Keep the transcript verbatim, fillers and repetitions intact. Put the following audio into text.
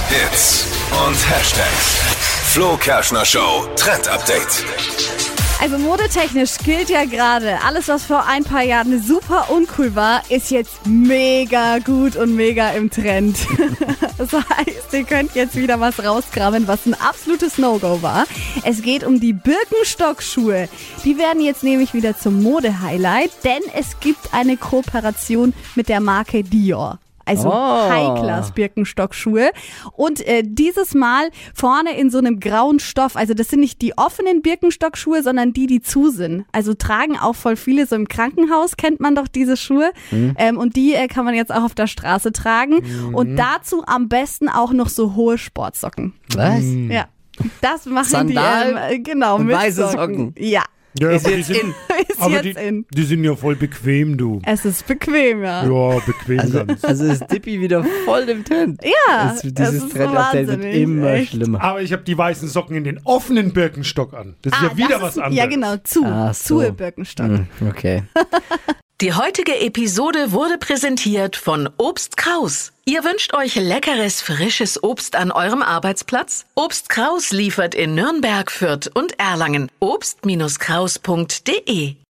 Hits und Hashtags. Flo Kerschner Show Trend Update. Also modetechnisch gilt ja gerade, alles was vor ein paar Jahren super uncool war, ist jetzt mega gut und mega im Trend. Das heißt, ihr könnt jetzt wieder was rauskramen, was ein absolutes No-Go war. Es geht um die Birkenstock-Schuhe. Die werden jetzt nämlich wieder zum Mode-Highlight, denn es gibt eine Kooperation mit der Marke Dior. Also oh. High-Class-Birkenstock-Schuhe. Und äh, dieses Mal vorne in so einem grauen Stoff. Also das sind nicht die offenen Birkenstock-Schuhe, sondern die, die zu sind. Also tragen auch voll viele so im Krankenhaus, kennt man doch diese Schuhe. Mhm. Ähm, und die äh, kann man jetzt auch auf der Straße tragen. Mhm. Und dazu am besten auch noch so hohe Sportsocken. Was? Ja, das machen Sandalen die ähm, genau und mit weiße Socken. Socken. Ja. Ja, Ist aber jetzt die sind, in. Ist aber jetzt die, in. die sind ja voll bequem, du. Es ist bequem, ja. Ja, bequem Also, ganz. also ist Dippi wieder voll im Trend. Ja, Das, das dieses ist Trend-Update wird wahnsinnig, immer echt. schlimmer. Aber ich habe die weißen Socken in den offenen Birkenstock an. Das ist Ah, ja wieder das was ist, anderes. Ja, genau, zu. Ach so. Zu Birkenstock. Hm, Okay. Die heutige Episode wurde präsentiert von Obst Kraus. Ihr wünscht euch leckeres, frisches Obst an eurem Arbeitsplatz? Obst Kraus liefert in Nürnberg, Fürth und Erlangen. obst Kraus punkt de